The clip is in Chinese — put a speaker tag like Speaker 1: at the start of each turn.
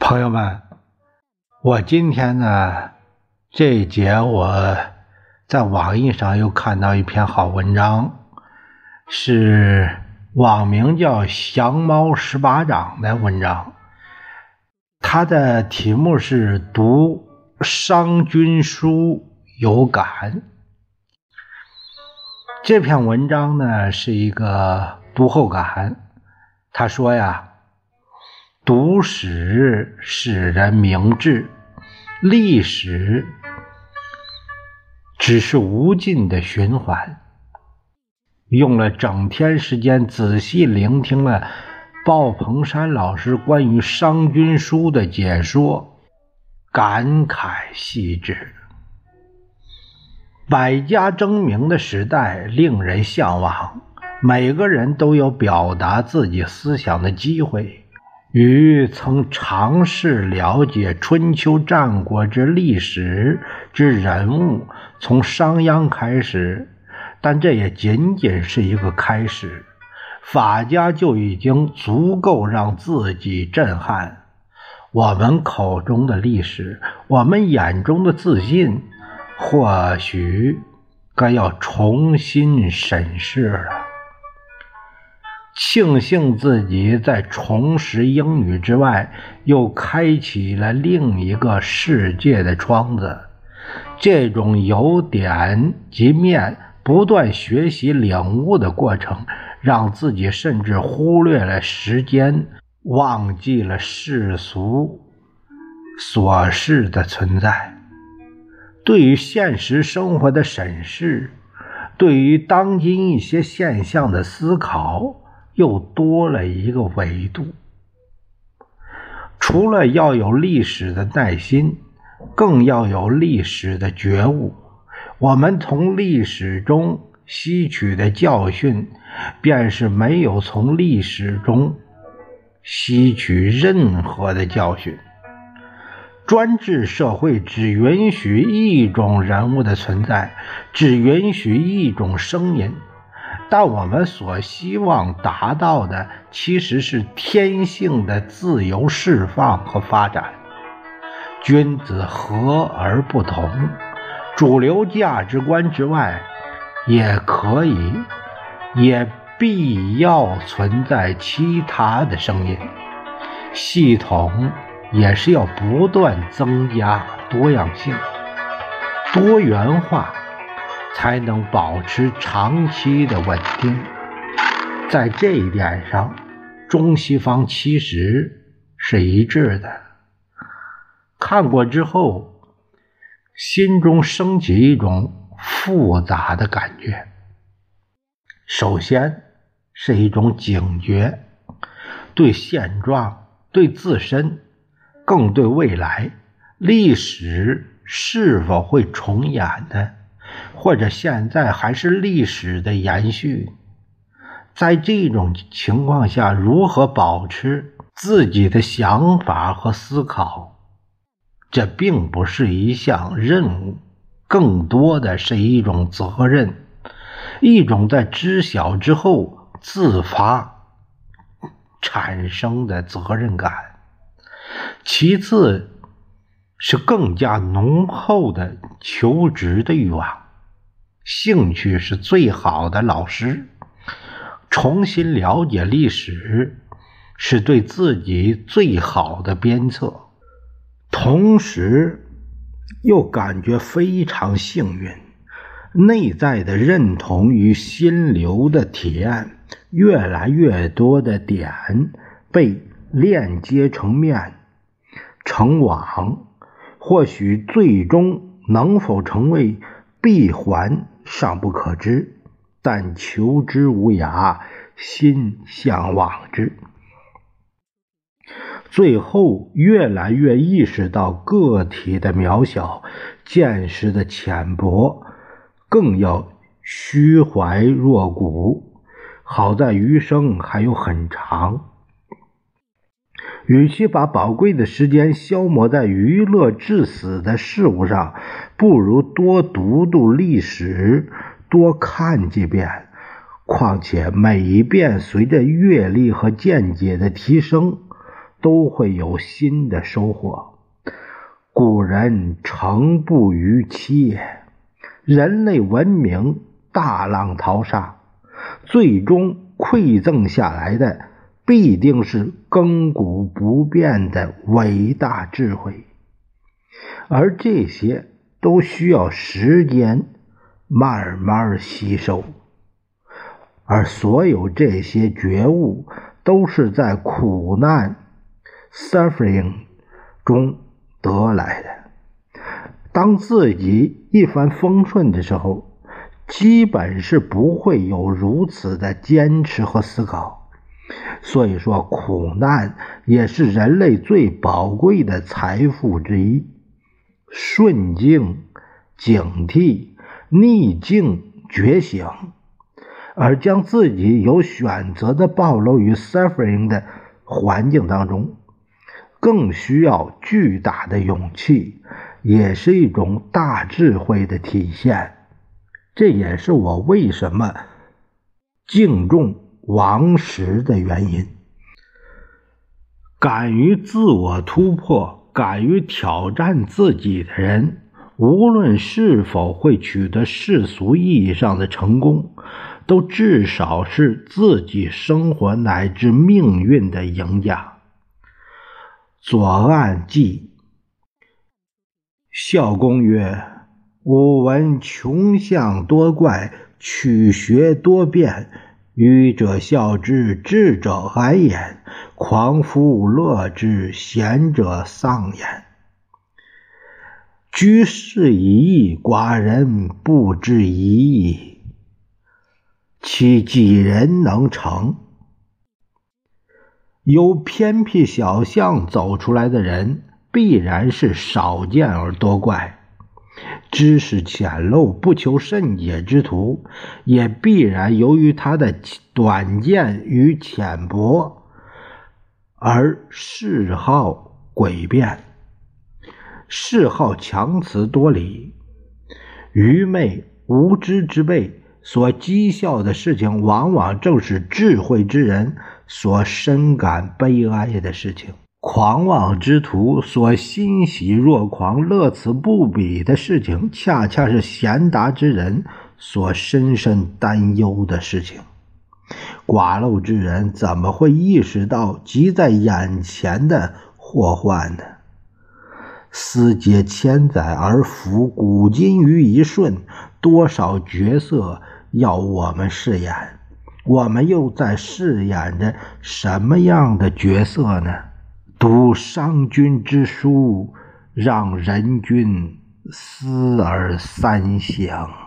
Speaker 1: 朋友们，我今天呢这一节我在网易上又看到一篇好文章，是网名叫降猫18掌的文章，它的题目是读商君书有感。这篇文章呢是一个读后感，他说呀，读史使人明智，历史只是无尽的循环。用了整天时间仔细聆听了鲍鹏山老师关于商君书的解说，感慨细致。百家争鸣的时代令人向往，每个人都有表达自己思想的机会。与曾尝试了解春秋战国之历史之人物从商鞅开始，但这也仅仅是一个开始，法家就已经足够让自己震撼。我们口中的历史，我们眼中的自信，或许该要重新审视了。庆幸自己在重拾英语之外，又开启了另一个世界的窗子。这种由点及面不断学习领悟的过程，让自己甚至忽略了时间，忘记了世俗琐事的存在。对于现实生活的审视，对于当今一些现象的思考，又多了一个维度。除了要有历史的耐心，更要有历史的觉悟。我们从历史中吸取的教训，便是没有从历史中吸取任何的教训。专制社会只允许一种人物的存在，只允许一种声音，但我们所希望达到的其实是天性的自由释放和发展。君子和而不同，主流价值观之外，也可以也必要存在其他的声音。系统也是要不断增加多样性、多元化，才能保持长期的稳定。在这一点上，中西方其实是一致的。看过之后，心中升起一种复杂的感觉。首先是一种警觉，对现状，对自身，更对未来，历史是否会重演呢？或者现在还是历史的延续？在这种情况下，如何保持自己的想法和思考？这并不是一项任务，更多的是一种责任，一种在知晓之后自发产生的责任感。其次是更加浓厚的求知的欲望。兴趣是最好的老师，重新了解历史是对自己最好的鞭策。同时又感觉非常幸运，内在的认同与心流的体验，越来越多的点被链接成面成网，或许最终能否成为闭环尚不可知，但求之无涯，心向往之。最后越来越意识到个体的渺小，见识的浅薄，更要虚怀若谷。好在余生还有很长，与其把宝贵的时间消磨在娱乐致死的事物上，不如多读读历史，多看几遍。况且每一遍随着阅历和见解的提升， 都会有新的收获。古人诚不逾期也。人类文明大浪淘沙，最终馈赠下来的必定是亘古不变的伟大智慧，而这些都需要时间慢慢吸收，而所有这些觉悟都是在苦难 suffering 中得来的。当自己一帆风顺的时候，基本是不会有如此的坚持和思考。所以说，苦难也是人类最宝贵的财富之一。顺境、警惕、逆境、觉醒，而将自己有选择的暴露于 suffering 的环境当中，更需要巨大的勇气，也是一种大智慧的体现。这也是我为什么敬重王石的原因。敢于自我突破，敢于挑战自己的人，无论是否会取得世俗意义上的成功，都至少是自己生活乃至命运的赢家。左岸记，孝公曰：吾闻穷巷多怪，曲学多变，愚者笑之，智者哀焉，狂夫乐之，贤者丧焉。居士以义，寡人不知一义，其几人能成？由偏僻小巷走出来的人，必然是少见而多怪；知识浅陋不求甚解之徒，也必然由于他的短见与浅薄而嗜好诡辩，嗜好强词夺理。愚昧无知之辈所讥笑的事情，往往正是智慧之人所深感悲哀的事情。狂妄之徒所欣喜若狂、乐此不彼的事情，恰恰是贤达之人所深深担忧的事情。寡陋之人怎么会意识到即在眼前的祸患呢？思竭千载而服古今于一瞬，多少角色要我们饰演，我们又在饰演着什么样的角色呢？读商君之书，让人君思而三省。